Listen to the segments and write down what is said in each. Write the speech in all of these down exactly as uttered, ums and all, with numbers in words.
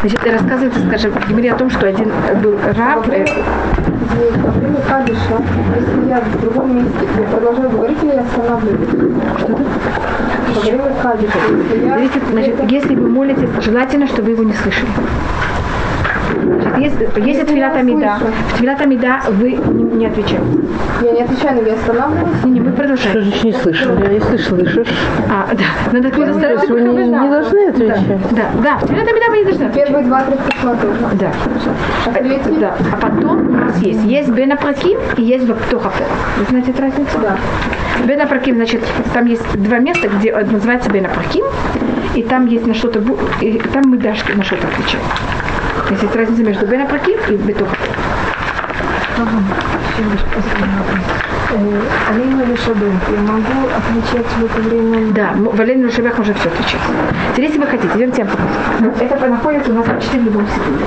Значит, рассказывается, скажем, в Гемаре о том, что один был раб. Во время кадыша, если я в другом месте продолжаю говорить, я останавливаюсь. Что-то? Во время кадыша, если я... Значит, если вы молитесь, желательно, чтобы вы его не слышали. Значит, если, если тфилат амида, в тфилат амида вы не, не отвечаете. Я не отвечаю, но я останавливаюсь. Не, не, вы продолжаете. Что значит не слышал? Я если слышишь. А, да. Надо какой-то стараться. Вы не, не должны отвечать. Да, да, в тфилат амида вы не должны отвечать. Первые два-три просмотра. Да. А третий? Да. А потом у нас есть. Есть бен апраким и есть баптохапер. Вы знаете эту разницу? Да. Бен апраким, значит, там есть два места, где называется бен апраким, и там есть на что-то, и там мы даже на что-то отвечаем. Есть разница между бен апраким и бетохапер. Алейну Лешабен, я могу отвечать в это время? Да, в Алейну Лешабен можно все отвечать. Теперь, если вы хотите, идемте я покажу. Это находится у нас почти в любом секунде.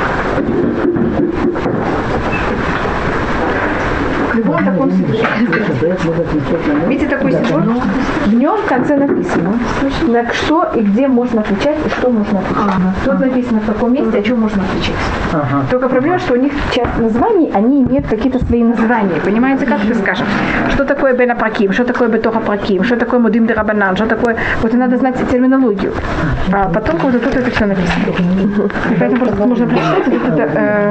В любом таком сидуре. Видите такой сидур? В нем в конце написано, на что и где можно отвечать, и что можно отвечать. Ага. Тут написано, в каком месте, о чем можно отвечать. Ага. Только проблема, что у них часть названий, они имеют какие-то свои названия. Понимаете, как это скажем? Что такое бен апраким, что такое бетох апраким, что такое мудим де рабанан, что такое... Вот и надо знать терминологию. А потом, когда тут это все написано. И поэтому просто можно прочитать, вот это... Э...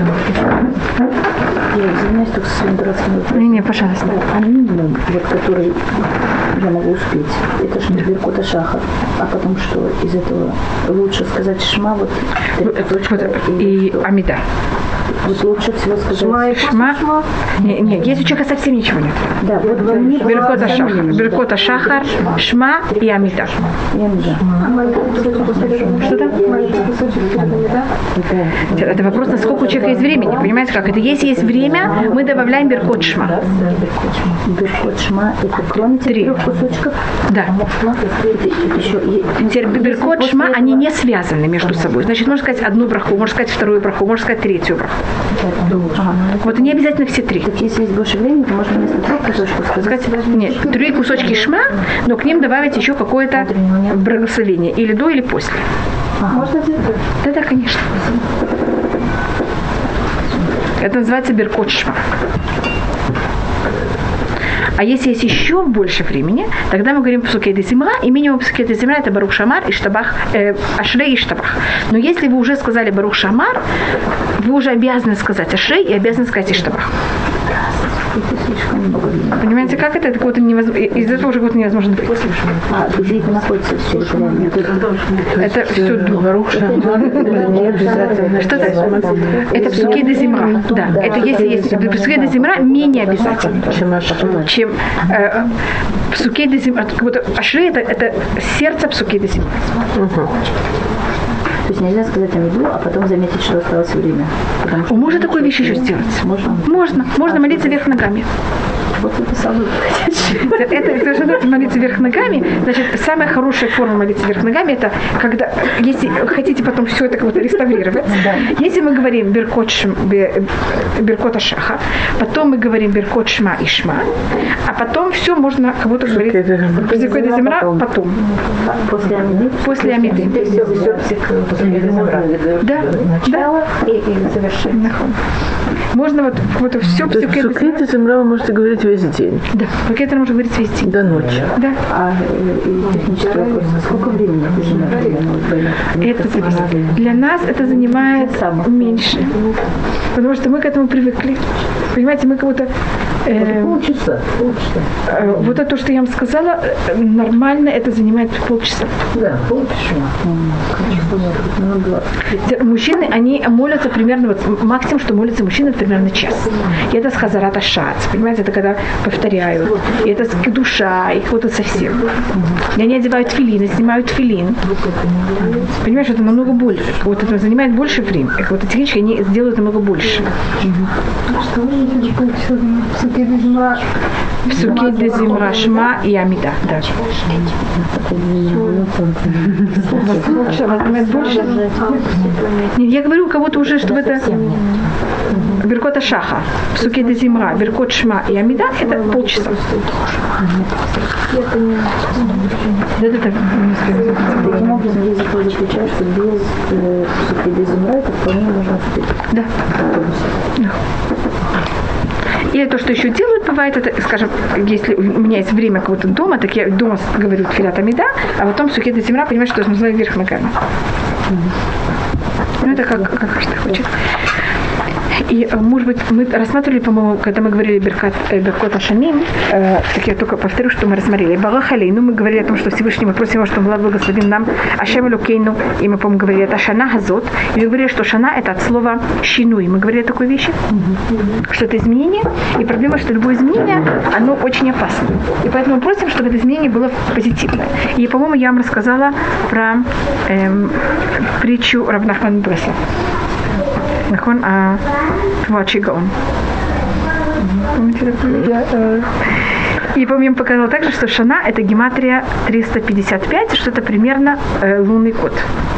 Я извиняюсь, только со своим дурацким вопросом. Не, не, пожалуйста. А минимум, вот, который я могу успеть, это же Беркот ха-Шахар. А потом что из этого лучше сказать шма, вот, вот и амида. Вот лучше всего сказать шма. шма. Нет, не, если у человека совсем ничего нет. Да, вот во мне Беркот ха-Шахар, Беркот ха-Шахар, шма и амида. И амида. Что там? Это вопрос, насколько у человека есть времени. Понимаете, как это? Если есть время, мы добавляем беркот шма. Беркот шма, это кроме трех кусочков? Да. Теперь беркот шма, они не связаны между собой. Значит, можно сказать одну браху, можно сказать вторую браху, можно сказать третью браху. Ага. Вот не обязательно все три. Так если есть больше времени, то можно вместо трех кусочков сказать... сказать нет, три кусочки шма, но к ним добавить еще какое-то благословение. Или до, или после. Ага. Можно сделать? Да, да, конечно. Это называется беркот шма. А если есть еще больше времени, тогда мы говорим псукей де зимра, и минимум псукей де зимра это барух шамар и штабах, э, ашрей и штабах. Но если вы уже сказали барух шамар, вы уже обязаны сказать ашрей и обязаны сказать и штабах. Понимаете, как это? Это какое-то невозможно. Из этого уже какое-то невозможно быть. А где это находится все это время? Это все дух. Что это? Это псукей де зимра. Да. Это если есть псукей де зимра менее обязательно, чем э, псукей де зимра. Как будто ашрей это, это сердце псукей де зимра. То есть нельзя сказать амиду, а потом заметить, что осталось время. Что можно такую вещь еще сделать? Можно? Можно. Можно молиться вверх ногами. Вот это самое. Это, это что молиться вверх ногами. Значит, самая хорошая форма молиться вверх ногами, это когда, если хотите потом все это как-то реставрировать, если мы говорим беркот, беркот ха-Шахар, потом мы говорим беркот шма и шма, а потом все можно как будто говорить псукей де зимра потом. После амиды? После амиды. Да, начало и, и завершение. Можно вот, вот все псукей де зимра вы можете говорить весь день. Да, псукей можно говорить весь день. До ночи. Да. А технический вопрос, сколько времени это для нас это занимает меньше. Потому что мы к этому привыкли. Понимаете, мы как будто... Э, полчаса. полчаса. Э, вот это, что я вам сказала, нормально это занимает полчаса. Да, полчаса. Мужчины, они молятся примерно, вот максимум, что молятся мужчины, это примерно час. И это с хазарат аш-шац, понимаете, это когда повторяют. И это с душа, их вот это совсем. И они одевают тфилин, снимают тфилин. Понимаешь, это намного больше. Вот это занимает больше времени. Вот эти вещи они сделают намного больше. Что вы полчаса псукей де зимра? Псукей де зимра, шма и амида. Да. Больше? Я говорю, у кого-то уже, чтобы это... Беркота Шаха, Псуки де Зимра, Беркот Шма и Амида – это полчаса. Таким образом, я заключаю, что без Псуки де Зимра это вполне можно успеть. Да. Да. Или то, что еще делают, бывает, это, скажем, если у меня есть время кого-то дома, так я дома говорю тфилат амида, а потом Псуки де Зимра, понимаешь, что я называю вверх ногами. Ну, это как, как каждый хочет. И, может быть, мы рассматривали, по-моему, когда мы говорили Беркат, э, Беркот Ашаним, э, так я только повторю, что мы рассмотрели. Барахалей, ну, мы говорили о том, что Всевышний, мы просим его, чтобы он благословил нам Ашем Элокейну, и мы, по-моему, говорили, это Шана Газот, и мы говорили, что Шана – это от слова Шинуй. Мы говорили о такой вещи, mm-hmm. что это изменение, и проблема, что любое изменение, оно очень опасно. И поэтому мы просим, чтобы это изменение было позитивное. И, по-моему, я вам рассказала про эм, притчу Рав Нахман Бреслова. Нахон, а Твачи Гаон. И помню, я вам показала также, что Шана – это гематрия триста пятьдесят пять, что это примерно э, лунный год.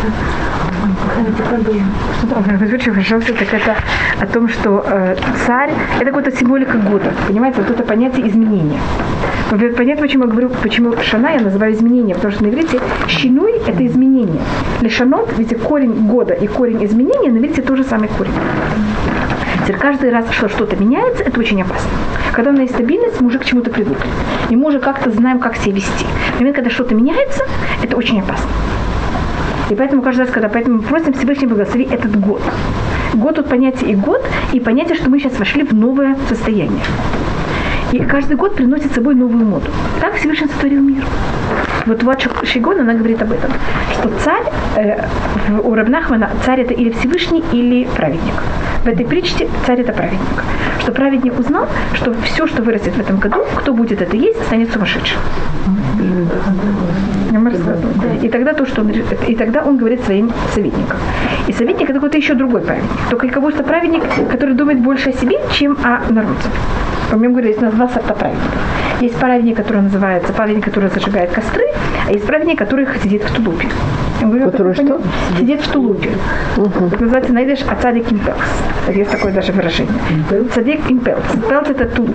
Что там, пожалуйста, так это о том, что э, царь – это какая-то символика года. Понимаете, вот это понятие изменения. Понятно, почему я говорю, почему Шана я называю изменение, потому что на иврите щинуй – это изменение. Лешанот, видите, корень года и корень изменения, на иврите тот же самый корень. Теперь каждый раз, что что-то меняется, это очень опасно. Когда у нас есть стабильность, мы уже к чему-то привыкли. И мы уже как-то знаем, как себя вести. В момент, когда что-то меняется, это очень опасно. И поэтому каждый раз, когда поэтому мы просим Всевышний благослови этот год. Год тут понятие и год, и понятие, что мы сейчас вошли в новое состояние. И каждый год приносит с собой новую моду. Так Всевышний сотворил мир. Вот Вача Шигон, она говорит об этом, что царь, э, у Рав Нахмана, царь это или Всевышний, или праведник. В этой притче царь это праведник. Что праведник узнал, что все, что вырастет в этом году, кто будет это есть, станет сумасшедшим. И тогда то, что он, и тогда он говорит своим советникам. И советник это какой-то еще другой праведник. Только как будто праведник, который думает больше о себе, чем о народе. По-моему, говорю, есть у нас два сорта праведников. Есть праведник, который называется праведник, который зажигает костры, а есть праведник, который сидит в тулупе. Говорю, который что? Сидит в тулупе. Uh-huh. Это называется, найдешь, а цадик импелс. Есть такое даже выражение. Цадик импелс. Импелс это тулуп.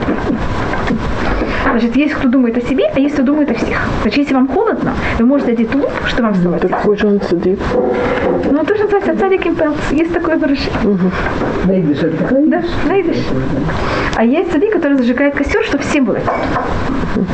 Значит, есть кто думает о себе, а есть кто думает о всех. Значит, если вам холодно, вы можете одеть тулуп, что вам вставать. Какой же он цадик? Ну, тоже называется цадик импелс. Есть такое выражение. Uh-huh. Найдешь это такое? Да, найдешь. А есть цадик, который зажигает костер, чтобы все было. Uh-huh.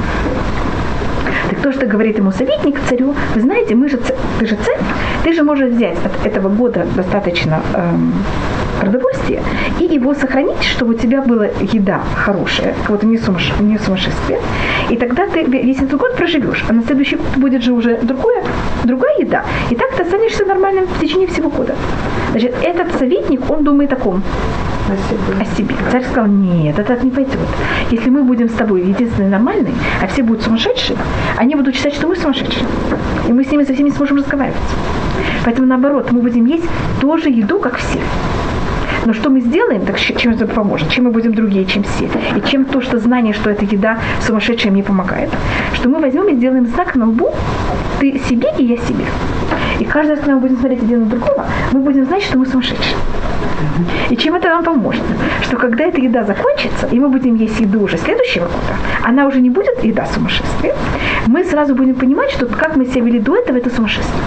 Так то, что говорит ему советник царю, вы знаете, мы же, ты же царь, ты же можешь взять от этого года достаточно эм, продовольствия и его сохранить, чтобы у тебя была еда хорошая, какое-то не, сумаш, не сумасшествие, и тогда ты весь этот год проживешь, а на следующий год будет же уже другое, другая еда, и так ты останешься нормальным в течение всего года. Значит, этот советник, он думает о ком? О себе. Царь сказал, нет, это не пойдет. Если мы будем с тобой единственные нормальные, а все будут сумасшедшие, они будут считать, что мы сумасшедшие. И мы с ними совсем не сможем разговаривать. Поэтому наоборот, мы будем есть ту же еду, как все. Но что мы сделаем, так чем это поможет? Чем мы будем другие, чем все? И чем то, что знание, что эта еда сумасшедшая мне помогает? Что мы возьмем и сделаем знак на лбу, ты себе и я себе. И каждый раз, когда мы будем смотреть один на другого, мы будем знать, что мы сумасшедшие. И чем это нам поможет? Что когда эта еда закончится, и мы будем есть еду уже следующего года, она уже не будет еда сумасшествия, мы сразу будем понимать, что как мы себя вели до этого, это сумасшествие.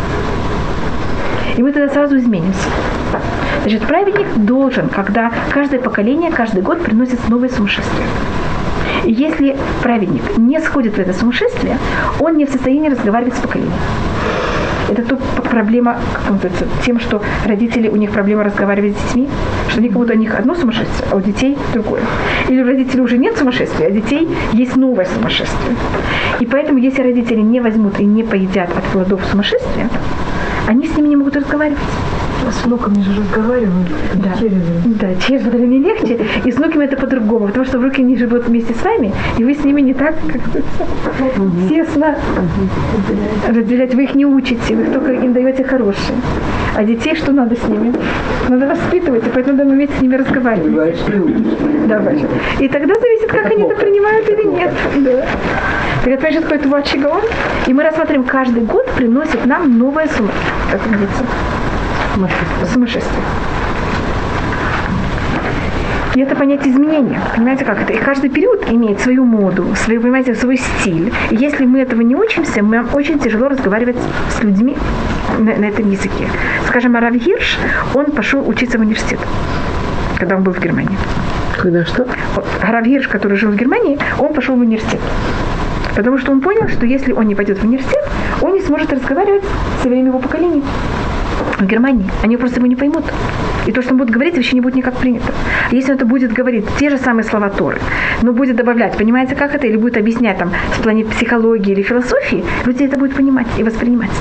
И мы тогда сразу изменимся. Значит, праведник должен, когда каждое поколение, каждый год приносит новое сумасшествие. И если праведник не сходит в это сумасшествие, он не в состоянии разговаривать с поколением. Это то проблема, как называется, тем, что родители, у них проблема разговаривать с детьми, что они как будто у них одно сумасшествие, а у детей другое. Или у родителей уже нет сумасшествия, а у детей есть новое сумасшествие. И поэтому, если родители не возьмут и не поедят от плодов сумасшествия, они с ними не могут разговаривать. С внуками же разговаривают. Да, да, через это не легче. И с внуками это по-другому, потому что внуки не живут вместе с вами, и вы с ними не так, как uh-huh. тесно uh-huh. разделять. Вы их не учите, вы только им даете хорошие. А детей что надо с ними? Надо воспитывать, и поэтому надо уметь с ними разговаривать. Да, и тогда зависит, как это они это принимают или нет. Да. Так это значит, какой-то вачигаон, и мы рассмотрим, каждый год приносит нам новое сумасшествие. Как говорится? Сумасшествие. И это понятие изменения. Понимаете, как это? И каждый период имеет свою моду, свою, понимаете, свой стиль. И если мы этого не учимся, нам очень тяжело разговаривать с людьми на, на этом языке. Скажем, Рав Гирш, он пошел учиться в университет, когда он был в Германии. Когда что? Рав Гирш, который жил в Германии, он пошел в университет. Потому что он понял, что если он не пойдет в университет, он не сможет разговаривать с своим его поколением в Германии. Они просто его не поймут. И то, что он будет говорить, вообще не будет никак принято. Если он это будет говорить те же самые слова Торы, но будет добавлять, понимаете, как это, или будет объяснять там с плане психологии или философии, люди это будут понимать и воспринимать.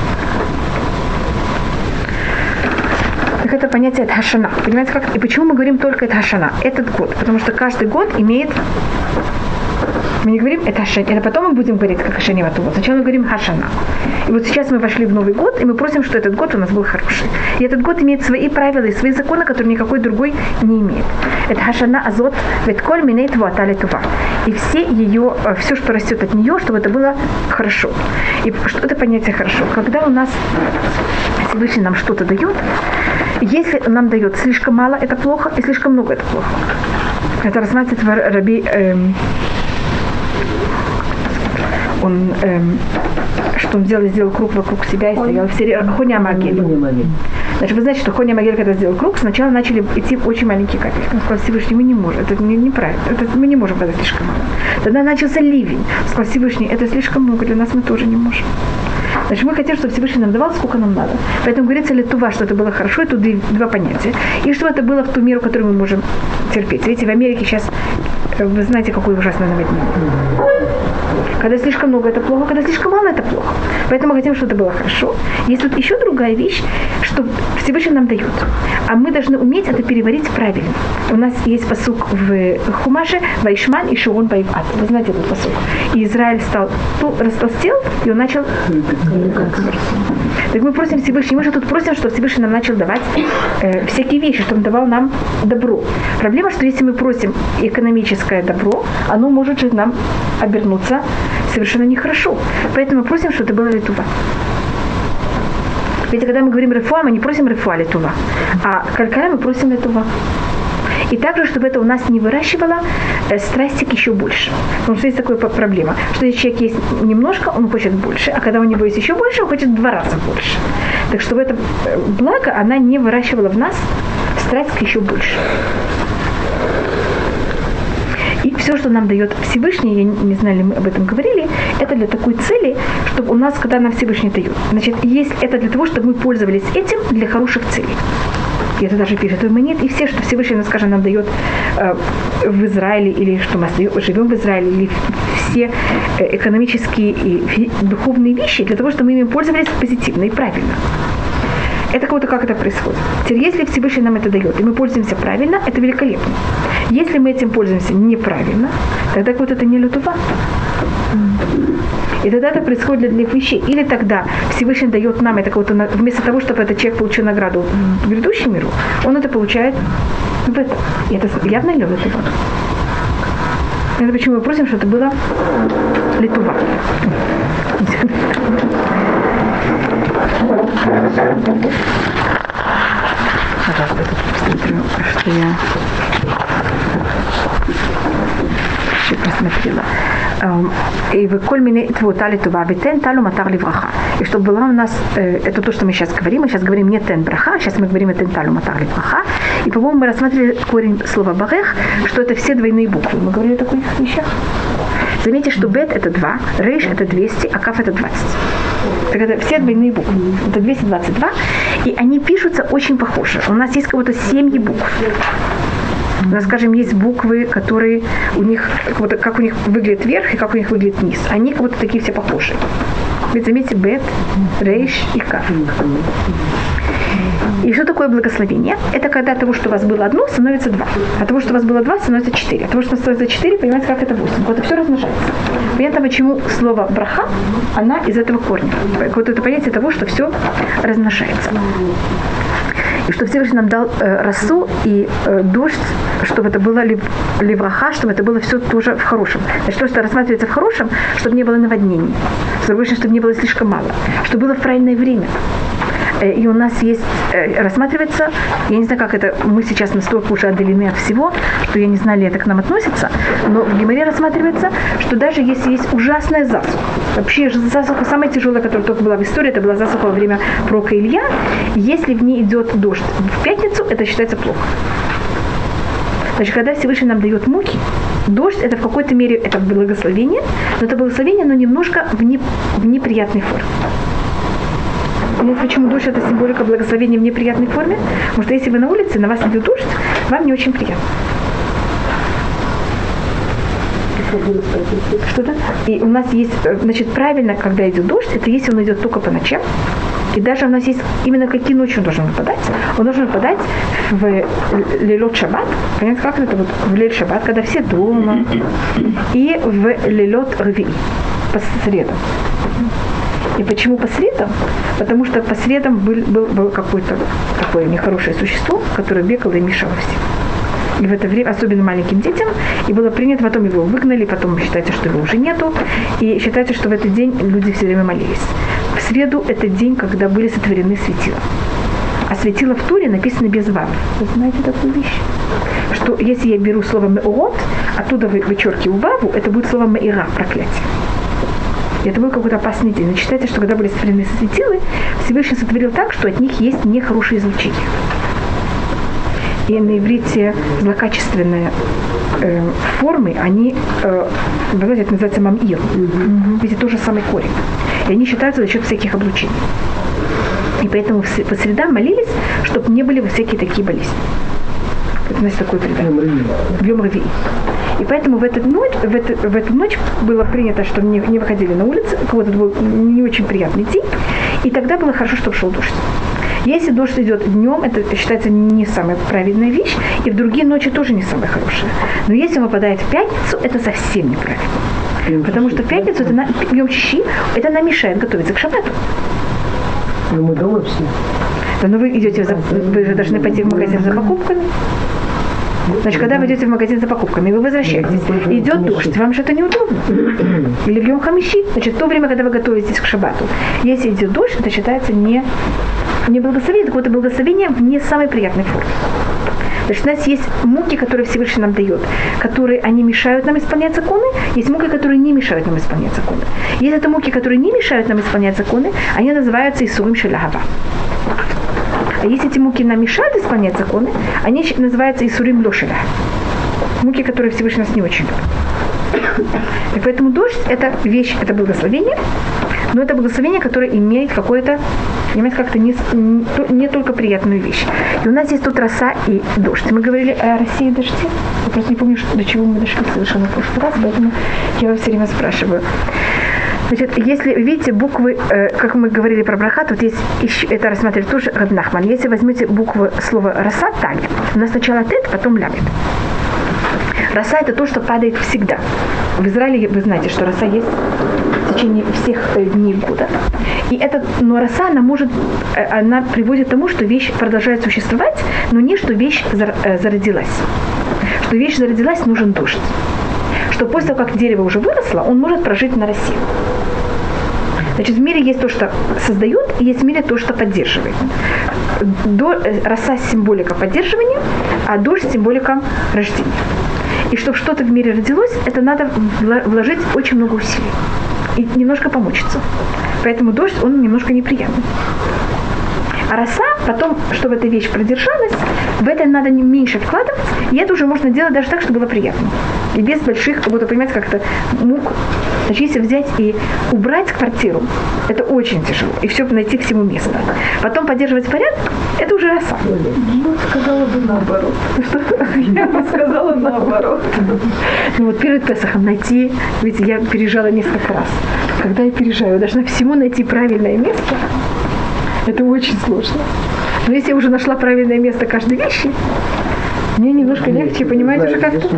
Так это понятие это Хашана. Понимаете, как? И почему мы говорим только это Хашана? Этот год. Потому что каждый год имеет... Мы не говорим это Хашана. Это потом мы будем говорить как Хашани Ватувот. Сначала мы говорим Хашана. И вот сейчас мы вошли в Новый год, и мы просим, что этот год у нас был хороший. И этот год имеет свои правила и свои законы, которые никакой другой не имеет. Это Хашана Азот Ветколь Минейт Вуатали Това. И все ее, все, что растет от нее, чтобы это было хорошо. И что это понятие хорошо? Когда у нас Всевышний нам что-то дает, если нам дает слишком мало, это плохо, и слишком много, это плохо. Это рассматривается Раби... Эм, он, эм, что он сделал, сделал круг вокруг себя и стоял в серии Хоня Магель. Значит, вы знаете, что Хоня Магель, когда сделал круг, сначала начали идти очень маленькие капельки. Он сказал, Всевышний, мы не можем, это не, неправильно, это, мы не можем, это слишком мало. Тогда начался ливень. Он сказал, Всевышний, это слишком много, для нас мы тоже не можем. Значит, мы хотим, чтобы Всевышний нам давал, сколько нам надо. Поэтому говорится летува, что это было хорошо, это два понятия. И чтобы это было в ту меру, которую мы можем терпеть. Видите, в Америке сейчас, вы знаете, какое ужасное наводнение. Когда слишком много, это плохо, когда слишком мало, это плохо. Поэтому мы хотим, чтобы это было хорошо. Есть тут еще другая вещь, что Всевышний нам дает. А мы должны уметь это переварить правильно. У нас есть пасук в Хумаше Вайшман и Шурун Вайват. Вы знаете этот пасук. И Израиль стал, растолстел, и он начал... Так мы просим Всевышний, мы же тут просим, чтобы Всевышний нам начал давать э, всякие вещи, чтобы он давал нам добро. Проблема, что если мы просим экономическое добро, оно может же нам обернуться совершенно нехорошо. Поэтому мы просим, чтобы это было летува. Ведь когда мы говорим рефуа, мы не просим рефуа летува, а калькаля мы просим летува. И также, чтобы это у нас не выращивало э, страстик еще больше. Потому что есть такая проблема, что если человек есть немножко, он хочет больше, а когда у него есть еще больше, он хочет в два раза больше. Так чтобы это благо, она не выращивала в нас страсть еще больше. И все, что нам дает Всевышний, я не знаю, ли мы об этом говорили, это для такой цели, чтобы у нас, когда нам Всевышний дает, значит, есть это для того, чтобы мы пользовались этим для хороших целей. И это даже пишет Иманит, и все, что Всевышний, ну, скажем, нам дает э, в Израиле, или что мы живем в Израиле, или все э, экономические и фи- духовные вещи, для того, чтобы мы ими пользовались позитивно и правильно. Это кого-то как это происходит. Теперь, если Всевышний нам это дает, и мы пользуемся правильно, это великолепно. Если мы этим пользуемся неправильно, тогда вот это не летува. И тогда это происходит для других вещей. Или тогда Всевышний дает нам это кого-то, вместо того, чтобы этот человек получил награду в грядущем миру, он это получает в этом. И это явно не летува. Это почему мы просим, чтобы это было летува. Посмотрю, что я еще посмотрела. И вы коль меня твота литува, витен талу матар ливраха. И чтобы была у нас, это то, что мы сейчас говорим, мы сейчас говорим не тен браха, сейчас мы говорим тен талу матар ливраха. И, по-моему, мы рассматривали корень слова барех, что это все двойные буквы. Мы говорили о таких вещах. Заметьте, что бет это два, рейш это двести, а каф это двадцать. Так это все двойные буквы. Это двести двадцать два. И они пишутся очень похоже. У нас есть как-то семь букв. У нас, скажем, есть буквы, которые у них, вот, как у них выглядит верх и как у них выглядит низ. Они как будто такие все похожие. Ведь заметьте, бет, рейш и каф. И что такое благословение? Это когда от того, что у вас было одно, становится два. От того, что у вас было два, становится четыре. От того, что становится четыре, понимаете, как это восемь. Вот это все размножается. Понятно, почему слово браха, она из этого корня. Вот это понятие того, что все размножается. И что Всевышний нам дал э, росу и э, дождь, чтобы это было лив, ливраха, чтобы это было все тоже в хорошем. Значит, то, что рассматривается в хорошем, чтобы не было наводнений. С другой стороны, чтобы не было слишком мало. Чтобы было в правильное время. И у нас есть, рассматривается, я не знаю, как это, мы сейчас настолько уже отдалены от всего, что я не знаю, ли это к нам относится, но в Гемаре рассматривается, что даже если есть ужасная засуха, вообще засуха самая тяжелая, которая только была в истории, это была засуха во время пророка Илья, если в ней идет дождь в пятницу, это считается плохо. Значит, когда Всевышний нам дает муки, дождь, это в какой-то мере это благословение, но это благословение, но немножко в, не, в неприятной форме. Понимаете, почему дождь это символика благословения в неприятной форме? Потому что если вы на улице, на вас идет дождь, вам не очень приятно. Что-то? И у нас есть, значит, правильно, когда идет дождь, это если он идет только по ночам. И даже у нас есть именно какие ночи он должен выпадать. Он должен выпадать в лилот шаббат. Понимаете, как это? Вот в лилот шаббат, когда все дома. И в лилот рвии. По средам. И почему по средам? Потому что по средам был, был, был какое-то такое нехорошее существо, которое бегало и мешало всем. И в это время, особенно маленьким детям, и было принято, потом его выгнали, потом считается, что его уже нету, и считается, что в этот день люди все время молились. В среду это день, когда были сотворены светила. А светила в Туре написано без вав. Вы знаете такую вещь? Что если я беру слово меорот, оттуда вычеркиваю ваву, это будет слово меира, проклятие. И это был какой-то опасный день. Но считается, что когда были сотворены светилы, Всевышний сотворил так, что от них есть нехорошие излучения. И на иврите злокачественные э, формы, они, э, вы знаете, это называется мамир. Mm-hmm. Ведь это тот же самый корень. И они считаются за счет всяких облучений. И поэтому по средам молились, чтобы не были всякие такие болезни. Это у нас такое предание. В Йом Ревии. И поэтому в эту ночь, в эту, в эту ночь было принято, что не, не выходили на улицу, у кого-то был не очень приятный день, и тогда было хорошо, чтобы шел дождь. Если дождь идет днем, это считается не самая правильная вещь, и в другие ночи тоже не самая хорошая. Но если он выпадает в пятницу, это совсем неправильно. Потому что в пятницу, это на, Йом Шиши, это нам мешает готовиться к шаббату. Но мы дома все. Да, но вы идете, за, вы же должны пойти в магазин за покупками. Значит, когда вы идете в магазин за покупками, вы возвращаетесь, идет дождь, вам же это неудобно. Или в Йом Хамиши, значит, в то время, когда вы готовитесь к шаббату. Если идет дождь, это считается не, не благословение, это какое-то благословение в не самой приятной форме. Значит, у нас есть муки, которые Всевышний нам дает, которые они мешают нам исполнять законы, есть муки, которые не мешают нам исполнять законы. Есть это муки, которые не мешают нам исполнять законы, они называются Исурим шель ахава. А если эти муки нам мешают исполнять законы, они называются Исурим ло шель ахава. Муки, которые Всевышний нас не очень любит. И поэтому дождь – это вещь, это благословение, но это благословение, которое имеет какое-то, имеет как-то не, не, не только приятную вещь. И у нас есть тут роса и дождь. Мы говорили о росе и дожде. Я просто не помню, что, до чего мы дошли совершенно в прошлый раз, поэтому я вас все время спрашиваю. Значит, если видите буквы, э, как мы говорили про брахат, вот есть еще, это рассматривает тоже Рав Нахман. Если возьмете буквы слова роса, тали, у нас сначала тет, потом лямет. Роса – это то, что падает всегда. В Израиле вы знаете, что роса есть в течение всех дней года. И это, но роса, она может, она приводит к тому, что вещь продолжает существовать, но не что вещь зародилась. Что вещь зародилась, нужен дождь. Что после того, как дерево уже выросло, он может прожить на росе. Значит, в мире есть то, что создает, и есть в мире то, что поддерживает. До, роса – символика поддерживания, а дождь – символика рождения. И чтобы что-то в мире родилось, это надо вложить очень много усилий и немножко помучиться. Поэтому дождь, он немножко неприятный. А роса, потом, чтобы эта вещь продержалась, в это надо не меньше вкладывать, и это уже можно делать даже так, чтобы было приятно. И без больших, вот вы понимаете, как-то мук. Значит, если взять и убрать квартиру, это очень тяжело, и все найти всему место. Потом поддерживать порядок, это уже роса. Я сказала бы наоборот. Я бы сказала наоборот. Ну вот перед Песахом найти, ведь я переезжала несколько раз. Когда я переезжаю, я должна всему найти правильное место. Это очень сложно. Но если я уже нашла правильное место каждой вещи, мне немножко легче, понимаете, уже как-то.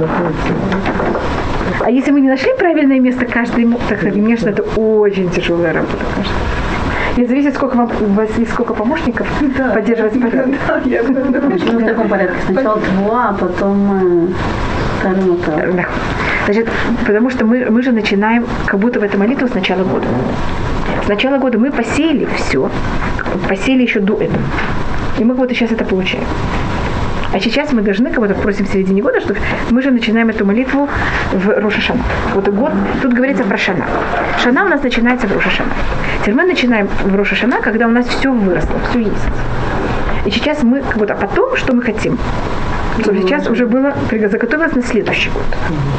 А если мы не нашли правильное место каждой, так конечно, это очень тяжелая работа, конечно. И зависит, сколько вам, у вас есть сколько помощников да, поддерживать порядок. Да, я в таком порядке. Сначала два, а потом второй. Да. Значит, потому что мы, мы же начинаем как будто в эту молитву с начала года. С начала года мы посеяли все, посеяли еще до этого. И мы вот сейчас это получаем. А сейчас мы должны, кого-то просим в середине года, чтобы мы же начинаем эту молитву в Рош ха-Шана. Вот год, тут говорится про Шана. Шана у нас начинается в Рош ха-Шана. Теперь мы начинаем в Рош ха-Шана, когда у нас все выросло, все есть. И сейчас мы, как будто, а потом, что мы хотим? Чтобы сейчас уже было, заготовилось на следующий год.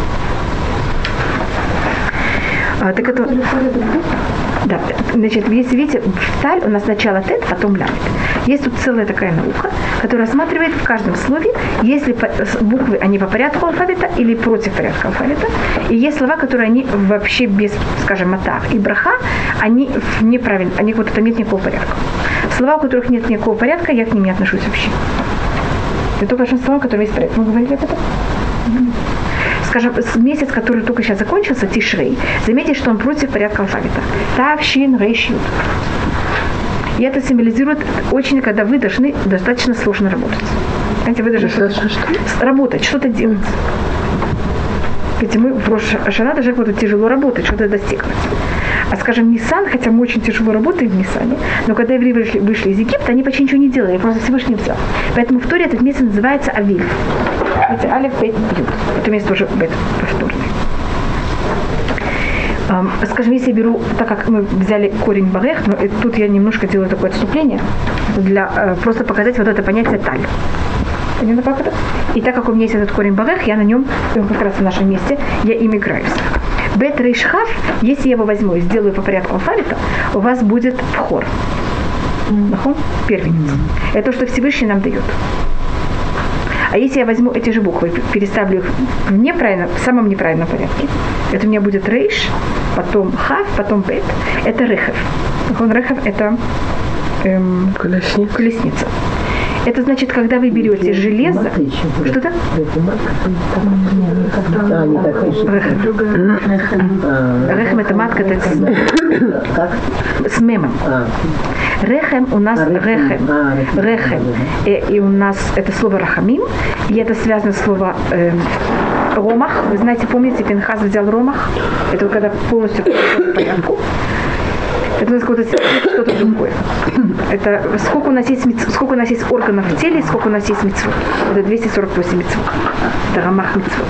А, так это... Да, значит, если видите, в таль у нас сначала тет, потом ламет. Есть тут целая такая наука, которая рассматривает в каждом слове, если буквы, они по порядку алфавита или против порядка алфавита. И есть слова, которые они вообще без, скажем, матах и браха, они неправильно, они вот там нет никакого порядка. Слова, у которых нет никакого порядка, я к ним не отношусь вообще. Это только слова, которые есть порядок. Мы говорили об этом? Скажем, месяц, который только сейчас закончился, Тишрей, заметьте, что он против порядка алфавита. Тав, Шин, Рейш, Юд. И это символизирует очень, когда вы должны достаточно сложно работать. Знаете, вы должны что-то, работать, что-то делать. Ведь мы в Рош ха-Шана даже вот тяжело работать, что-то достигнуть. А скажем, Нисан, хотя мы очень тяжело работаем в Нисане, но когда евреи вышли, вышли из Египта, они почти ничего не делали, просто Всевышний взял. Поэтому в Торе этот месяц называется Авиль. Это Алеф, Бет, Юд. Это место тоже Бет повторный. Um, скажем, если я беру, так как мы взяли корень Барех, но тут я немножко делаю такое отступление, для uh, просто показать вот это понятие таль. Понятно, как это? И так как у меня есть этот корень Барех, я на нем, он как раз в нашем месте, я им играюсь. Бет Рейш Хав, если я его возьму и сделаю по порядку алфавита, у вас будет вхор. Mm. Первенец. Это то, что Всевышний нам дает. А если я возьму эти же буквы, переставлю их в, неправильном, в самом неправильном порядке, это у меня будет рейш, потом хав, потом бет. Это рехев. Рехев – это эм, колесница. колесница. Это значит, когда вы берете железо... Что-то? Рехем – это матка, это с мемом. Рехем у нас рехем. Рехем. И у нас это слово рахамим, и это связано с словом ромах. Вы знаете, помните, Пинхас взял ромах? Это когда полностью в порядку. Это что-то другое. Это сколько у нас есть, сколько у нас есть органов в теле, сколько у нас есть мицвот. Это двести сорок восемь мицвот. Это рамах мицвот.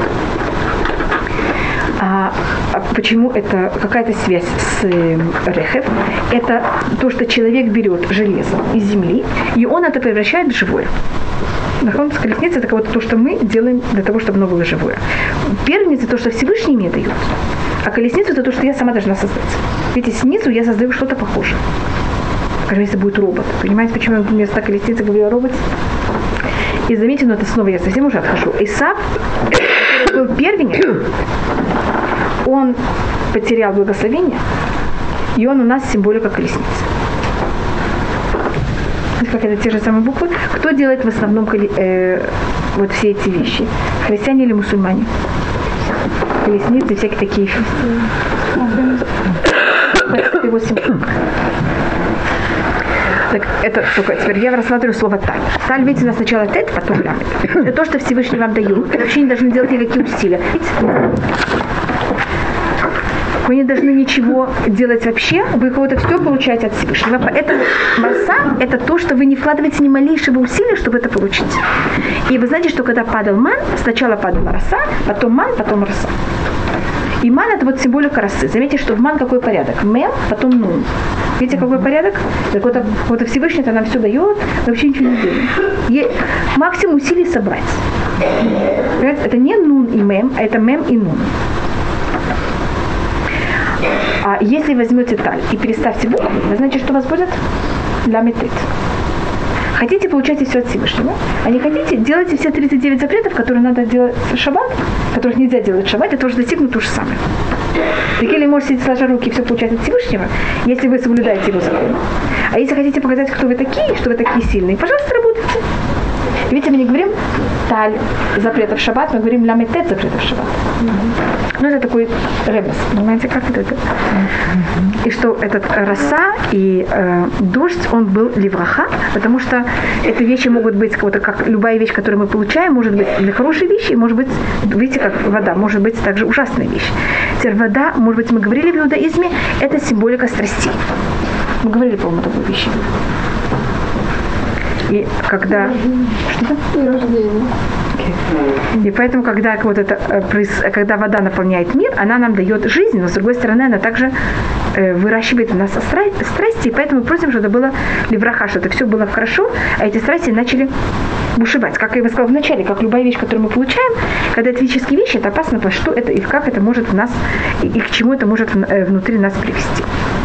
А, а почему это какая-то связь с э, рехев? Это то, что человек берет железо из земли, и он это превращает в живое. Нахон, колесница – это вот то, что мы делаем для того, чтобы оно было живое. Первенец – это то, что Всевышний мне дает. А колесницу – это то, что я сама должна создать. Видите, снизу я создаю что-то похожее. Скажем, если будет робот. Понимаете, почему я вместо колесницы говорю о роботе? И заметьте, но это снова я совсем уже отхожу. Исав, который был первенец, он потерял благословение, и он у нас символика колесницы. Как это те же самые буквы. Кто делает в основном э, вот все эти вещи? Христиане или мусульмане? Колесницы, всякие такие. Так, это только теперь я рассматриваю слово таль. Таль, видите, у нас сначала тет, потом ламет. Это то, что Всевышний вам дает. Вы вообще не должны делать никакие усилия. Вы не должны ничего делать вообще, вы кого-то все получаете от Всевышнего. Поэтому маса – это то, что вы не вкладываете ни малейшего усилия, чтобы это получить. И вы знаете, что когда падал ман, сначала падала роса, потом ман, потом роса. И ман – это вот символика росы. Заметьте, что в ман какой порядок? Мем, потом нун. Видите, какой порядок? Так вот, вот Всевышний-то нам все дает, вообще ничего не делаем. И максимум усилий собрать. Понимаете? Это не нун и мем, а это мем и нун. А если возьмете таль и переставьте буквы, вы знаете, что у вас будет? Ламетет. Хотите, получайте все от Всевышнего. А не хотите, делайте все тридцать девять запретов, которые надо делать в шаббат, которых нельзя делать в шаббат, для того, чтобы достигнуть то же самое. Так или можете сидеть сложа руки и все получать от Всевышнего, если вы соблюдаете его законы. А если хотите показать, кто вы такие, что вы такие сильные, пожалуйста, работайте. Видите, мы не говорим таль запретов в шаббат, мы говорим ламетет запретов в шаббат. Mm-hmm. Ну, это такой ребус. Понимаете, как это? Mm-hmm. И что этот роса и э, дождь, он был ливраха, потому что эти вещи могут быть, вот, как любая вещь, которую мы получаем, может быть для хорошей вещи, может быть, видите, как вода, может быть также ужасная вещь. Теперь вода, может быть, мы говорили в иудаизме, это символика страстей. Мы говорили, по-моему, такую вещь. И когда... Что-то? И рождение. Okay. И поэтому, когда, вот это, когда вода наполняет мир, она нам дает жизнь, но, с другой стороны, она также э, выращивает у нас страсти, и поэтому мы просим, чтобы это было левраха, чтобы это все было хорошо, а эти страсти начали бушевать. Как я сказала в начале, как любая вещь, которую мы получаем, когда это физические вещи, это опасно, во что это и как это может в нас, и, и к чему это может внутри нас привести.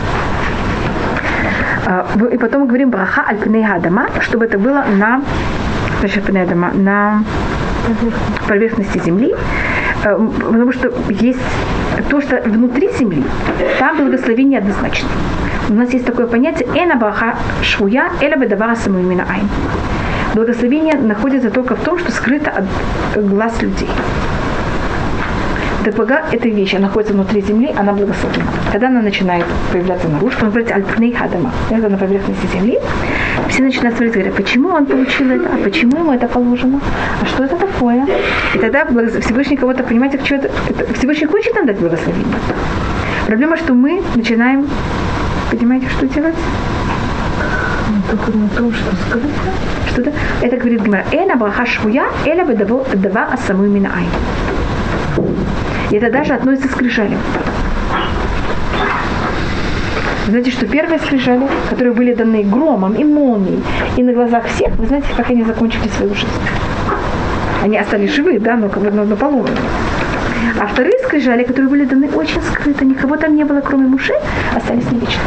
И потом мы говорим браха аль пней адама, чтобы это было на, значит, пней адама, на поверхности земли, потому что есть то, что внутри земли, там благословение однозначно. У нас есть такое понятие «эна браха швуя эля бедавара самуимина айн». Благословение находится только в том, что скрыто от глаз людей. Так пока эта вещь находится внутри земли, она благословена. Когда она начинает появляться наружу, он говорит «аль-пней хадама», это на поверхности земли, все начинают смотреть, говорят, почему он получил это, а почему ему это положено, а что это такое? И тогда Всевышний кого-то, понимаете, что это, это Всевышний хочет нам дать благословение. Проблема, что мы начинаем, понимаете, что делать? Только на том, что сказать. Что-то. Это говорит Гемара. Эна браха швуя, эля бедава асаму мина айн. И это даже относится к скрижалям. Знаете, что первые скрижали, которые были даны громом и молнией, и на глазах всех, вы знаете, как они закончили свою жизнь? Они остались живы, да, но, но, но поломаны. А вторые скрижали, которые были даны очень скрыто, никого там не было, кроме Моше, остались навечно.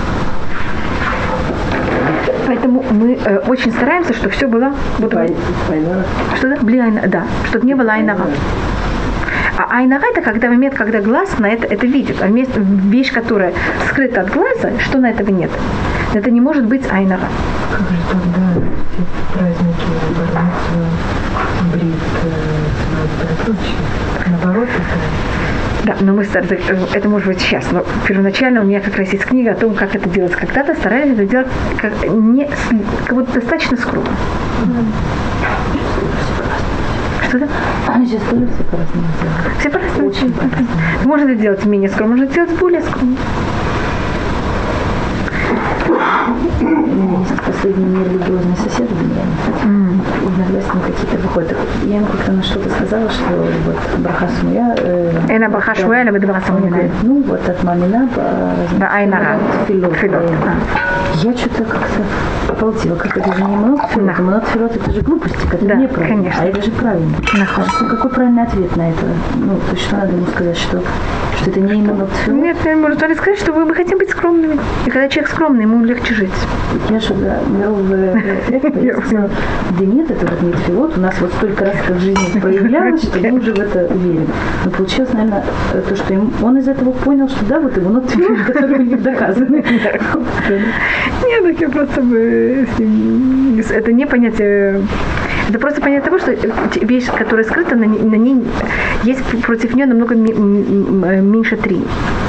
Поэтому мы э, очень стараемся, чтобы все было... Что-то? Бли айна, да, чтобы не было айнара. А айнара это когда момент, когда глаз на это, это видит. А вместо, вещь, которая скрыта от глаза, что на этого нет? Это не может быть айнара. Как же тогда все праздники, бармицу, брит, свадьба и прочее? Наоборот, это... Да, но мы это может быть сейчас, но первоначально у меня как раз есть книга о том, как это делать. Когда-то старались это делать как, не, как будто достаточно скромно. Что-то? Они сейчас тоже все по-разному делают. Все по-разному. Очень по-разному. Можно это делать менее скромно, можно делать более скромно. У меня есть последний нерелигиозный сосед в Беньяне. Mm. Иногда с ним какие-то выходят. Я ему как-то на что-то сказала, что вот браха шмуя... Эна браха шмуя, либо браха шмуя. Ну, вот от мамина по айнара. Филот. Я что-то как-то обалдела. Как это же не много филот, а много филот это же глупости, это да, неправильно. Конечно. А это же правильно. А какой правильный ответ на это? Ну, то есть что надо ему сказать, что, что это не именно филот? Нет, я могу только сказать, что мы хотим быть скромными. И когда человек скромный, ему легче жить. Я же беру в это, я сказала, да нет, это вот не тфилот, у нас вот столько раз это в жизни проявлялось, что мы уже в это уверены. Но получилось, наверное, то, что он из этого понял, что да, вот его нот тфилот, который у них доказаны. Нет, так я просто бы с ним... Это не понятие... Это просто понятие того, что вещь, которая скрыта, на ней есть против нее намного меньше трений.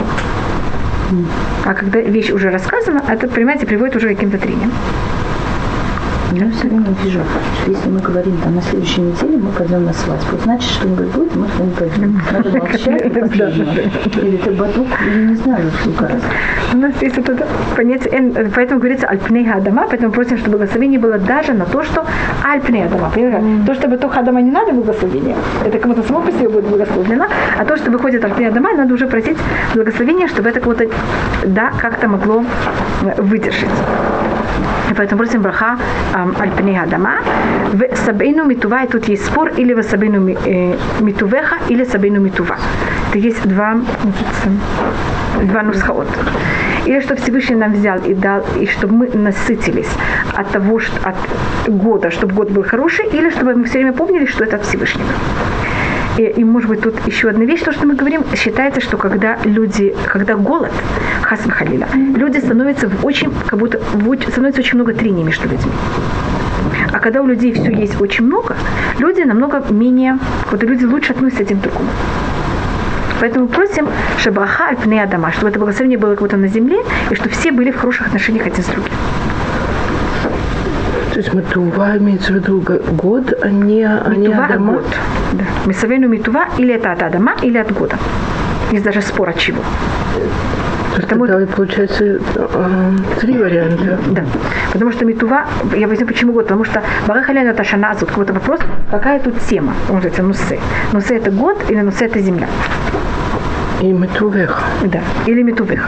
А когда вещь уже рассказана, это, понимаете, приводит уже к каким-то трениям. Я все время вижу, что если мы говорим, там, на следующей неделе мы пойдем на свадьбу, значит, что-нибудь будет, мы туда не пойдем. Надо молчать и последнего. Или это батук, или не знаю, сколько раз. У нас есть вот это понятие, поэтому говорится аль-пней хадама, поэтому просим, чтобы благословение было даже на то, что аль-пней хадама. Mm. То, чтобы то хадама не надо благословения, это кому-то само по себе будет благословлено, а то, что выходит аль-пней хадама, надо уже просить благословения, чтобы это кого-то, да, как-то могло выдержать. И поэтому просим браха аль-пней хадама, в сабейну митува, и тут есть спор, или в сабейну митувеха, или сабейну митува. Это есть два, два нусхаот. Или чтобы Всевышний нам взял и дал, и чтобы мы насытились от того, что, от года, чтобы год был хороший, или чтобы мы все время помнили, что это от Всевышнего. И, и может быть тут еще одна вещь, то, что мы говорим, считается, что когда люди, когда голод, хасм халиля, люди становятся в очень, как будто в, становится очень много трений между людьми. А когда у людей все есть очень много, люди намного менее, вот люди лучше относятся один к другому. Поэтому просим шабаха аль-пней адама, чтобы это благословение было как-то на земле, и чтобы все были в хороших отношениях один с другим. То есть митува имеется в виду год, а не, а не адама? Год. Да. Мисавейну митува или это от адама, или от года. Есть даже спор от чего. Потому что получается э, три варианта. Да. Потому что Митува, я объясню почему год, потому что Барах Аляну это Шана, тут какой-то вопрос, какая тут тема, он называется Нусе. Нусе это год или Нусе это земля? И Митувех. Да, или Митувех.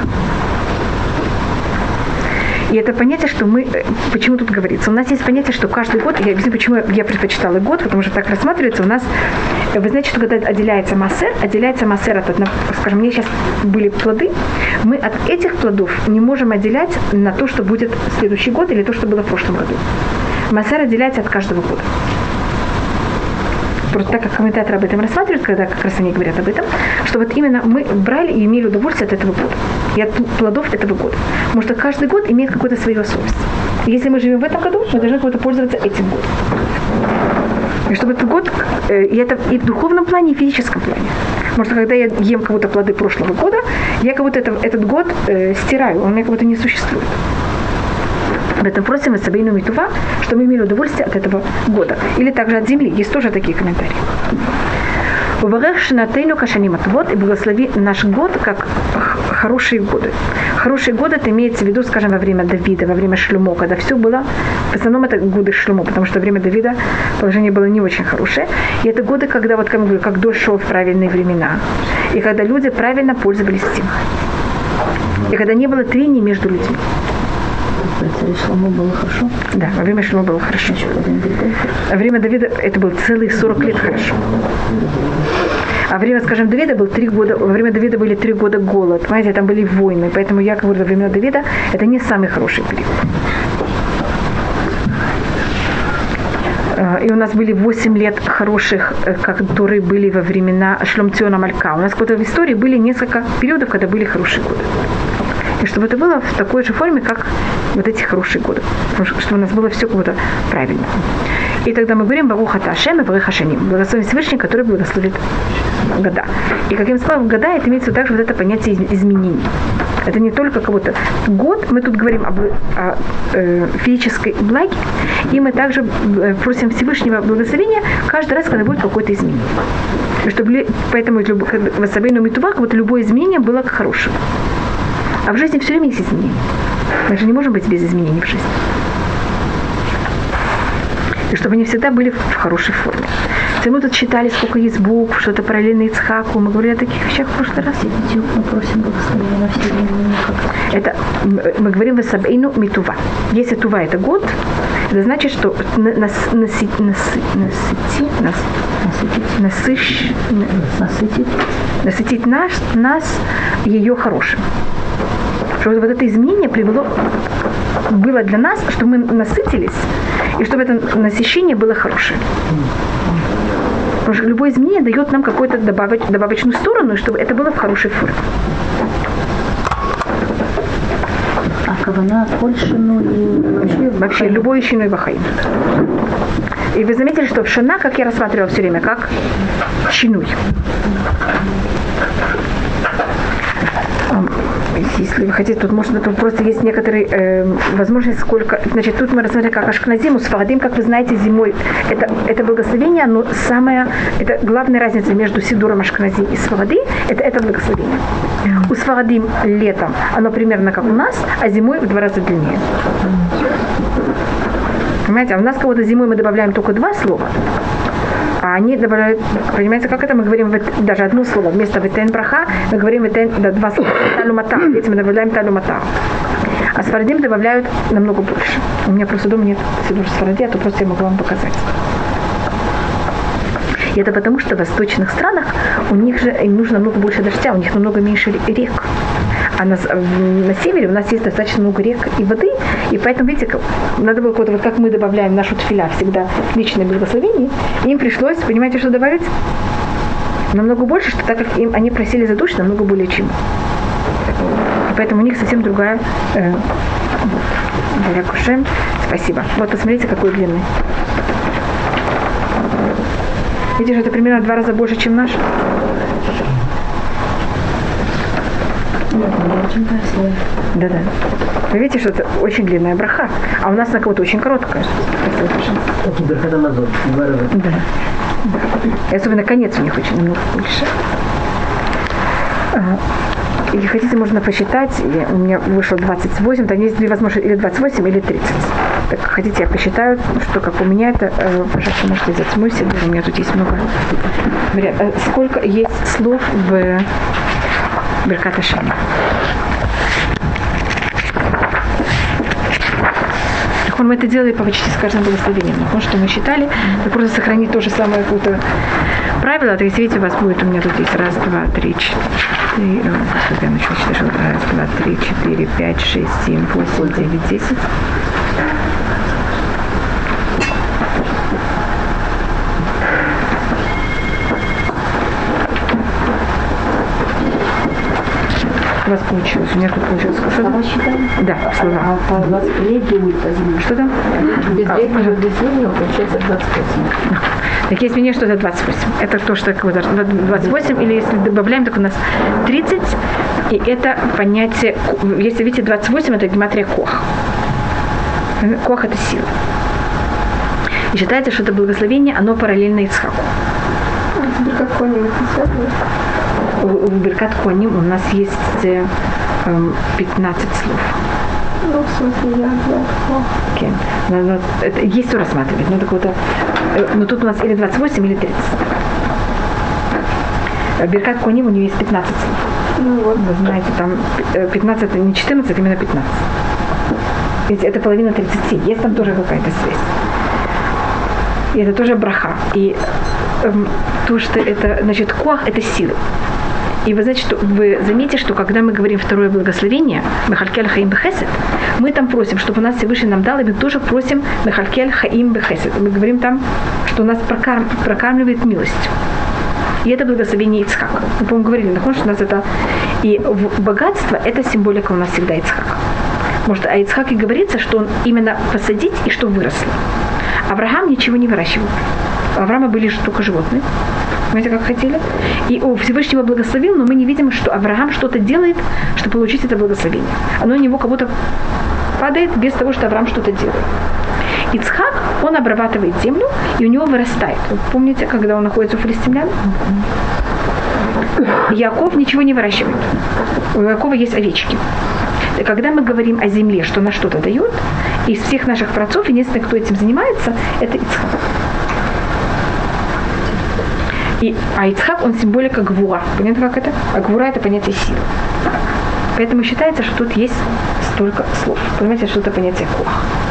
И это понятие, что мы, почему тут говорится, у нас есть понятие, что каждый год, я объясню, почему я предпочитала год, потому что так рассматривается, у нас, вы знаете, что когда отделяется массер, отделяется массер от, скажем, мне сейчас были плоды, мы от этих плодов не можем отделять на то, что будет в следующий год или то, что было в прошлом году. Массер отделяется от каждого года. Просто так как комментаторы об этом рассматривают, когда как раз они говорят об этом, что вот именно мы брали и имели удовольствие от этого года, и от плодов этого года. Потому что каждый год имеет какую-то свою особенность. И если мы живем в этом году, мы должны как-то пользоваться этим годом. И чтобы этот год, и это и в духовном плане, и в физическом плане. Потому что когда я ем кого-то плоды прошлого года, я как будто это, этот год э, стираю, он у меня как будто не существует. Об этом просим из Сабейну Митува, что мы имели удовольствие от этого года. Или также от земли. Есть тоже такие комментарии. Убавэх шинатейну кашани матвот, и благослови наш год как хорошие годы. Хорошие годы это имеется в виду, скажем, во время Давида, во время Шломо, когда все было, в основном это годы Шломо, потому что во время Давида положение было не очень хорошее. И это годы, когда, вот, как я говорю, как дождь шел в правильные времена. И когда люди правильно пользовались тем. И когда не было трений между людьми. При царе Шломо было хорошо? Да, во время Шломо было хорошо. Во время Давида это было целых сорок лет хорошо. А во время, скажем, Давида был три года, во время Давида были три года голод. Понимаете, там были войны. Поэтому я говорю, во время Давида это не самый хороший период. И у нас были восемь лет хороших, которые были во времена Шломциона Малька. У нас в истории были несколько периодов, когда были хорошие годы. И чтобы это было в такой же форме, как вот эти хорошие годы. Чтобы у нас было все как будто правильно. И тогда мы говорим Барух ата Ашем и Барух Ашаним. Благословен Всевышний, который благословит года. И как я вам сказала, года это имеется также вот это понятие изменений. Это не только как будто год, мы тут говорим об о, э, физической благе, и мы также просим Всевышнего благословения каждый раз, когда будет какое-то изменение. И чтобы, поэтому в Асабейну Митува вот любое изменение было к хорошему. А в жизни все время есть изменения. Мы же не можем быть без изменений в жизни. И чтобы они всегда были в хорошей форме. Мы тут читали, сколько есть букв, что-то параллельно Ицхаку. Мы говорили о таких вещах в прошлый раз. Мы просим благословения на все времена. Это мы говорим в Асабейну Митува. Если Тува это год, это значит, что насытить, насытить, насытить нас, нас ее хорошим. Чтобы вот это изменение привело, было для нас, чтобы мы насытились, и чтобы это насыщение было хорошее. Потому что любое изменение дает нам какую-то добавоч, добавочную сторону, и чтобы это было в хорошей форме. А кавана Польшину и вообще, вообще любой ищину и бахаим. И вы заметили, что в Шана, как я рассматривала все время, как чинуй. Если вы хотите, тут можно, тут просто есть некоторые э, возможности, сколько, значит, тут мы рассмотрели как Ашкназим, у Сфарадим, как вы знаете, зимой это, это благословение, но самая, это главная разница между Сидуром Ашкназим и Сфарадим, это это благословение. У Сфарадим летом оно примерно как у нас, а зимой в два раза длиннее. Понимаете, а у нас кого-то зимой мы добавляем только два слова, а они добавляют, понимаете, как это мы говорим, даже одно слово, вместо «ветен браха» мы говорим «ветен», да, два слова, «талумата», ведь мы добавляем «талумата». А сфарадим добавляют намного больше. У меня просто дома нет сидур сфаради, а то просто я могу вам показать. И это потому, что в восточных странах у них же им нужно намного больше дождя, у них намного меньше рек. А на, на севере у нас есть достаточно много рек и воды, и поэтому, видите, как, надо было вот как мы добавляем нашу тфиля всегда личное благословение, им пришлось, понимаете, что добавить? Намного больше, что так как им, они просили за душ, намного более чем. И поэтому у них совсем другая... Э, вот. Спасибо. Вот посмотрите, какой длинный. Видишь, это примерно в два раза больше, чем наш. Очень красиво. Да-да. Вы видите, что это очень длинная браха, а у нас на кого-то очень короткая. Да. И особенно конец у них очень намного больше. Если хотите, можно посчитать. У меня вышло двадцать восемь. Там есть две возможности, или двадцать восемь, или тридцать. Так хотите, я посчитаю, что как у меня это. Пожалуйста, можете взять мой седер. У меня тут есть много. Сколько есть слов в Беркат Ашем? Мы это делали почти с каждым благословением. Потому что мы считали, вы просто сохранить то же самое какое-то правило. То есть, видите, у вас будет, у меня тут есть раз, два, три, четыре, господи, я начала считать, что раз, два, три, четыре, пять, шесть, семь, восемь, девять, десять. У вас получилось, у меня тут получилось. Что там? Да, слова. А по двадцать лет по Что там? Без летнего, без летнего получается двадцать восемь. Так есть мнение, что это двадцать восемь. Это то, что такое двадцать восемь, или если добавляем, так у нас тридцать. И это понятие, если видите, двадцать восемь, это гематрия Кох. Кох – это сила. И считается, что это благословение, оно параллельно Ицхаку. Беркат Коаним это связано? В Беркат Коаним у нас есть э, пятнадцать слов. Ну, в смысле, я, я. Okay. Но, но, это, есть что рассматривать. Но, так вот, э, но тут у нас или двадцать восемь, или тридцать. Беркат Коаним, у нее есть пятнадцать слов. Ну вот. Вы знаете, там пятнадцать, не четырнадцать, именно пятнадцать. Ведь это половина тридцати. Есть там тоже какая-то связь. И это тоже браха. И эм, то, что это, значит, коах – это сила. И вы знаете, что вы заметите, что когда мы говорим второе благословение, Мехалькель Хаим Бехесед, мы там просим, чтобы у нас Всевышний нам дал, и мы тоже просим Мехалькель Хаим Бехесед. Мы говорим там, что у нас прокарм, прокармливает милость. И это благословение Ицхака. Мы, по-моему, говорили, что у нас это... И богатство – это символика у нас всегда Ицхака. Может, о Ицхаке говорится, что он именно посадить и что выросло. Авраам ничего не выращивал. У Авраама были только животные. Понимаете, как хотели? И о, Всевышнего благословил, но мы не видим, что Авраам что-то делает, чтобы получить это благословение. Оно у него как будто падает без того, что Авраам что-то делает. Ицхак, он обрабатывает землю, и у него вырастает. Вы помните, когда он находится у филистимлян? Яков ничего не выращивает. У Якова есть овечки. И когда мы говорим о земле, что она что-то дает, из всех наших праотцов, единственный, кто этим занимается, это Ицхак. И, а Ицхак, он символика гвура. Понятно, как это? А гвура – это понятие силы. Поэтому считается, что тут есть столько слов. Понимаете, что это понятие кох.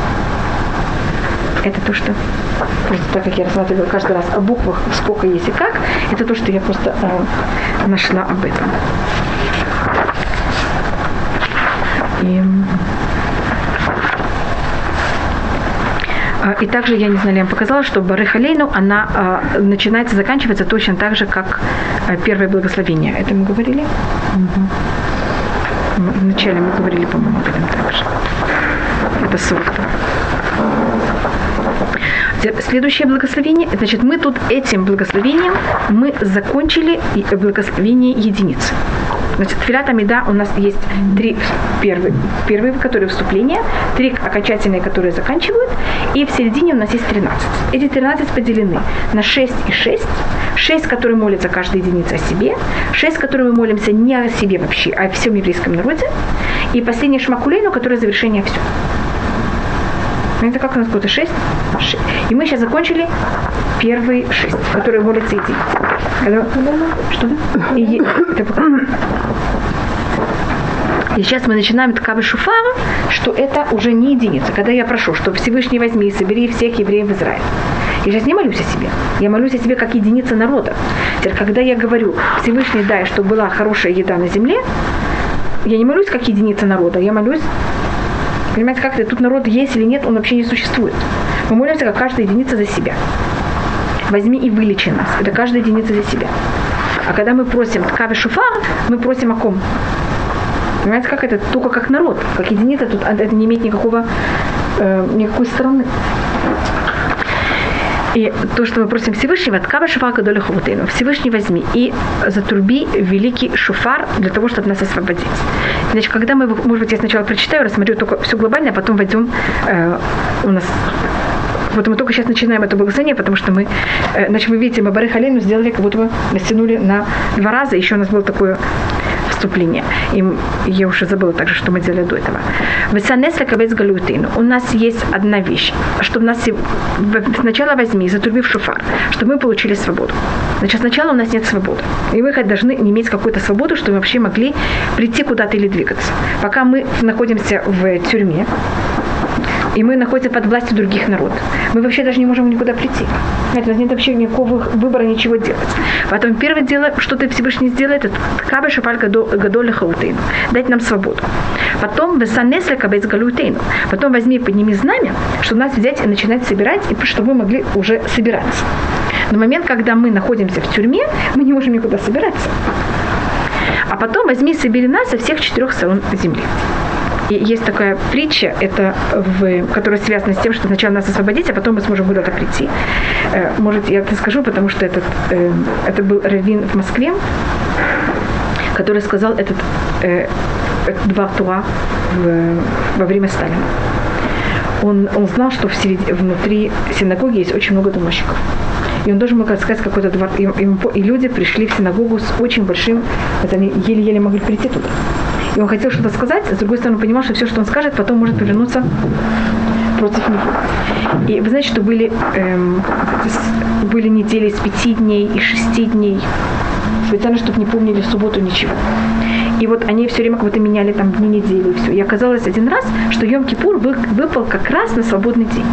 Это то, что, просто так как я рассматриваю каждый раз о буквах, сколько есть и как, это то, что я просто э, нашла об этом. И, и также, я не знаю, я вам показала, что Барех Алейну, она э, начинается, заканчивается точно так же, как э, первое благословение. Это мы говорили? Угу. Вначале мы говорили, по-моему, об этом также. Это сорок два. Следующее благословение, значит, мы тут этим благословением мы закончили благословение единицы. Значит, Тфилат Амида у нас есть три первые, первые, которые вступления, три окончательные, которые заканчивают, и в середине у нас есть тринадцать. Эти тринадцать поделены на шесть и шесть. шесть, которые молятся каждая единица о себе, шесть, которые мы молимся не о себе вообще, а о всем еврейском народе, и последнее Шмакулейну, которое завершение всего. Это как у нас какое-то шесть? шесть. И мы сейчас закончили первые шесть, которые молятся единицы. Что да? И, и сейчас мы начинаем ткавы шуфара, что это уже не единица. Когда я прошу, что Всевышний возьми и собери всех евреев в Израиль. Я сейчас не молюсь о себе. Я молюсь о себе как единица народа. Теперь, когда я говорю, Всевышний дай, чтобы была хорошая еда на земле, я не молюсь как единица народа, я молюсь. Понимаете, как это? Тут народ есть или нет, он вообще не существует. Мы молимся, как каждая единица за себя. Возьми и вылечи нас. Это каждая единица за себя. А когда мы просим ткави шуфар, мы просим о ком? Понимаете, как это? Только как народ. Как единица, тут это не имеет никакого, э, никакой стороны. И то, что мы просим Всевышнего, ткави шуфар кадоль хавутейну. Всевышний возьми и затруби великий шуфар для того, чтобы нас освободить. Значит, когда мы, может быть, я сначала прочитаю, рассмотрю только все глобально, а потом войдем э, у нас. Вот мы только сейчас начинаем это благословение, потому что мы, э, значит, вы видите, мы Барех Алейну сделали, как будто бы растянули на два раза. Еще у нас было такое вступление. И я уже забыла также, что мы делали до этого. Весанес лакабец галютейну. У нас есть одна вещь, чтобы нас сначала возьми, затруби в шофар, чтобы мы получили свободу. Значит, сначала у нас нет свободы. И мы должны иметь какую-то свободу, чтобы мы вообще могли прийти куда-то или двигаться. Пока мы находимся в тюрьме, и мы находимся под властью других народов, мы вообще даже не можем никуда прийти. У нас нет вообще никакого выбора, ничего делать. Потом первое дело, что ты Всевышний сделает, это кабель шапаль гадоль хаутейну, дать нам свободу. Потом весанес лакабец галютейну. Потом возьми и подними знамя, чтобы нас взять и начинать собирать, и чтобы мы могли уже собираться. Но момент, когда мы находимся в тюрьме, мы не можем никуда собираться. А потом возьми и собери нас со всех четырех сторон земли. И есть такая притча, это в, которая связана с тем, что сначала нас освободить, а потом мы сможем куда-то прийти. Может, я это скажу, потому что этот, это был раввин в Москве, который сказал этот два туа во время Сталина. Он, он знал, что в серед... внутри синагоги есть очень много домощиков. И он должен был сказать какой-то двор. И, и, и люди пришли в синагогу с очень большим... Это они еле-еле могли прийти туда. И он хотел что-то сказать, а с другой стороны понимал, что все, что он скажет, потом может повернуться против него. И вы знаете, что были, эм, были недели с пяти дней и шести дней. Специально, чтобы не помнили в субботу ничего. И вот они все время как будто меняли там дни недели и все. И оказалось один раз, что Йом-Кипур выпал как раз на свободный день.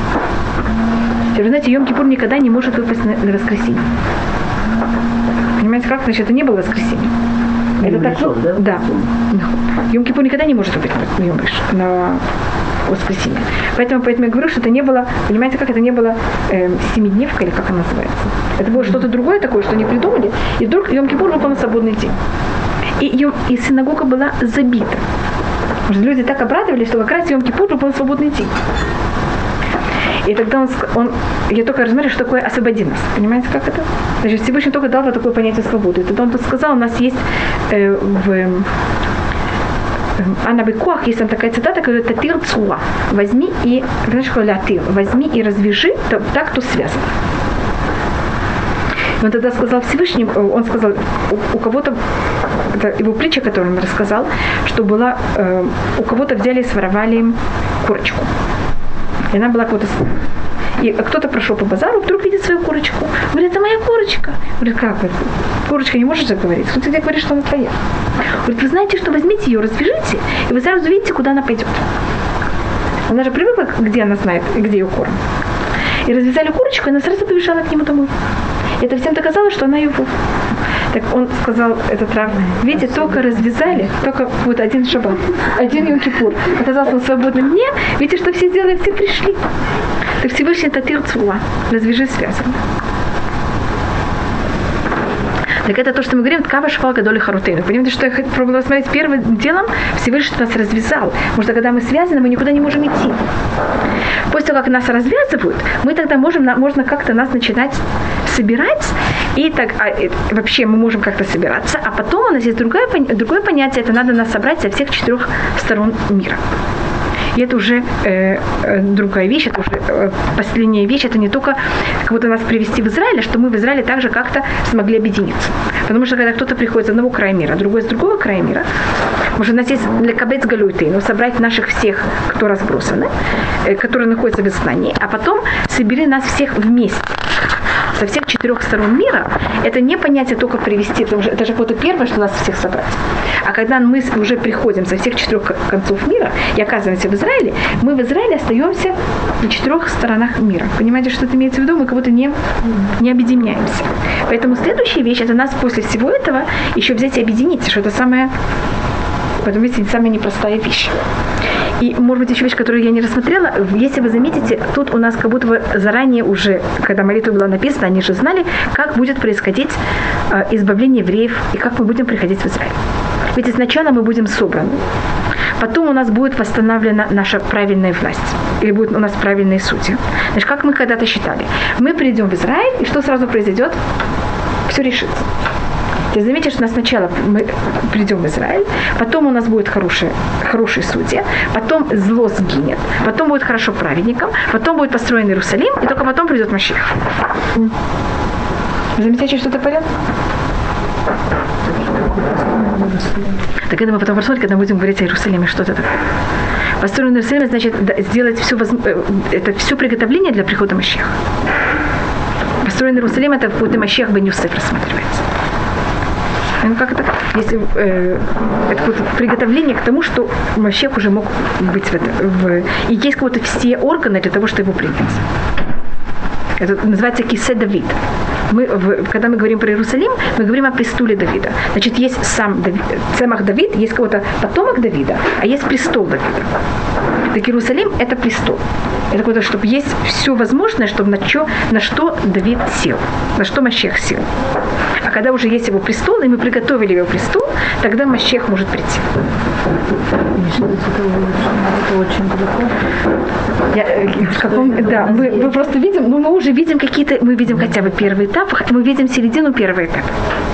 Вы знаете, Йом-Кипур никогда не может выпасть на, на воскресенье. Понимаете, как? Значит, это не было воскресенье. Это так, решил, да? Да. Йом-Кипур никогда не может выпасть на, на воскресенье. Поэтому, поэтому я говорю, что это не было, понимаете, как это не было э, семидневка, или как она называется. Это было что-то другое такое, что они придумали, и вдруг Йом-Кипур выпал на свободный день. И, и, и синагога была забита. Потому что люди так обрадовались, что как раз Йом-Кипур выпал на свободный день. И тогда он, он, я только рассмотрела, что такое освободи нас. Понимаете, как это? Значит, Всевышний только дал вот такое понятие свободы. И тогда он сказал, у нас есть э, в э, Анна Бекуах, есть там такая цитата, которая «Татир цуа». Возьми и, знаешь, что лятир, возьми и развяжи так, кто связан. Он тогда сказал Всевышний, он сказал, у, у кого-то, это его притча, которую он рассказал, что была, э, у кого-то взяли и своровали курочку. И она была какого-то... И кто-то прошел по базару, вдруг видит свою курочку. Говорит, это моя курочка. Говорит, как это? Курочка не может так говорить. Кто-то тебе говорит, что она твоя. Говорит, вы знаете, что возьмите ее, развяжите, и вы сразу увидите, куда она пойдет. Она же привыкла, где она знает, где ее корм. И развязали курочку, и она сразу побежала к нему домой. И это всем доказало, что она его... Так он сказал, этот рав, видите, только развязали, только вот один шаббат, один Йом-Кипур. Оказался на свободном дне, видите, что все сделали, все пришли. Так Всевышний Татир Цула, развяжи связано. Так это то, что мы говорим, Кава Шфал Гадоль Харутейну. Понимаете, что я пробовала смотреть первым делом, Всевышний нас развязал. Потому что когда мы связаны, мы никуда не можем идти. После того, как нас развязывают, мы тогда можем, можно как-то нас начинать собирать, и так а, и, вообще мы можем как-то собираться, а потом у нас есть другое, другое понятие, это надо нас собрать со всех четырех сторон мира. И это уже э, другая вещь, это уже э, последняя вещь, это не только как будто нас привести в Израиль, а что мы в Израиле также как-то смогли объединиться. Потому что когда кто-то приходит с одного края мира, а другой с другого края мира, может, у нас есть лекабец галютейну, собрать наших всех, кто разбросаны, э, которые находятся в изгнании, а потом собери нас всех вместе. Со всех четырех сторон мира, это не понятие только привести, потому что это же вот первое, что нас всех собрать. А когда мы уже приходим со всех четырех концов мира и оказываемся в Израиле, мы в Израиле остаемся на четырех сторонах мира. Понимаете, что это имеется в виду? Мы как будто не, не объединяемся. Поэтому следующая вещь, это нас после всего этого еще взять и объединиться, что это самая, поэтому, видите, самая непростая вещь. И, может быть, еще вещь, которую я не рассмотрела, если вы заметите, тут у нас как будто бы заранее уже, когда молитва была написана, они же знали, как будет происходить э, избавление евреев и как мы будем приходить в Израиль. Ведь сначала мы будем собраны, потом у нас будет восстановлена наша правильная власть, или будут у нас правильные судьи. Значит, как мы когда-то считали, мы придем в Израиль, и что сразу произойдет? Все решится. То есть заметьте, что у нас сначала мы придем в Израиль, потом у нас будет хорошие, хорошие судьи, потом зло сгинет, потом будет хорошо праведникам, потом будет построен Иерусалим, и только потом придет Машиах. Вы замечаете, что это порядок? Так это мы потом посмотрим, когда будем говорить о Иерусалиме, что это такое. Построенный Иерусалим, значит, сделать все, это все приготовление для прихода Машиаха. Построенный Иерусалим, это в какой-то Машиах бен Йосеф рассматривается. Ну как это? Если, э, это какое-то приготовление к тому, что Машиах уже мог быть в, это, в... И есть какие-то все органы для того, чтобы его принять. Это называется Кисе Давид. Мы, в, когда мы говорим про Иерусалим, мы говорим о престоле Давида. Значит, есть сам Давид, Цемах Давид, есть какой-то потомок Давида, а есть престол Давида. Так Иерусалим – это престол. Это какое-то, чтобы есть все возможное, чтобы на, чё, на что Давид сел, на что Машиах сел. А когда уже есть его престол, и мы приготовили его престол, тогда Машиах может прийти. Это очень далеко. Я, в каком, да, мы, мы просто видим, ну, мы уже видим какие-то, мы видим хотя бы первый этап, мы видим середину первого этапа.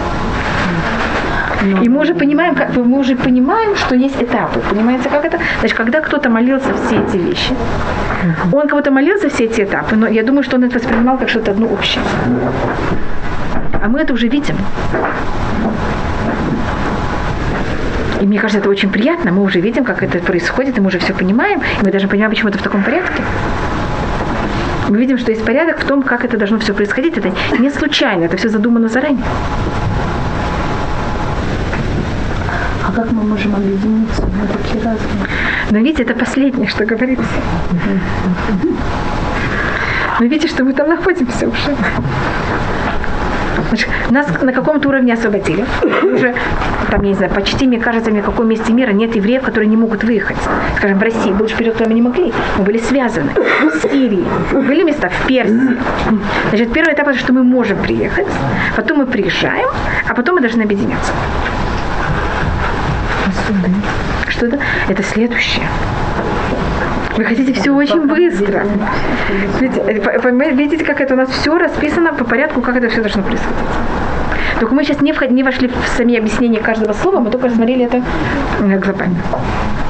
Но, и мы уже понимаем, как, мы уже понимаем, что есть этапы. Понимаете, как это? Значит, когда кто-то молился все эти вещи, uh-huh. он кого-то молился все эти этапы, но я думаю, что он это воспринимал как что-то одно общее. А мы это уже видим. И мне кажется, это очень приятно. Мы уже видим, как это происходит, и мы уже все понимаем. И мы даже понимаем, почему это в таком порядке. Мы видим, что есть порядок в том, как это должно все происходить. Это не случайно, это все задумано заранее. А как мы можем объединиться? Мы такие разные. Но видите, это последнее, что говорится. Вы видите, что мы там находимся уже. Значит, нас на каком-то уровне освободили. Уже, там, я не знаю, почти, мне кажется, ни в каком месте мира нет евреев, которые не могут выехать. Скажем, в России. Больше вперед туда мы не могли. Мы были связаны. В Сирии. Были места в Персии. Значит, первый этап, это что мы можем приехать. Потом мы приезжаем, а потом мы должны объединяться. Что это? Это следующее. Вы хотите все очень быстро. Видите, видите, как это у нас все расписано по порядку, как это все должно происходить. Только мы сейчас не, вход, не вошли в сами объяснения каждого слова, мы только рассмотрели это глобально.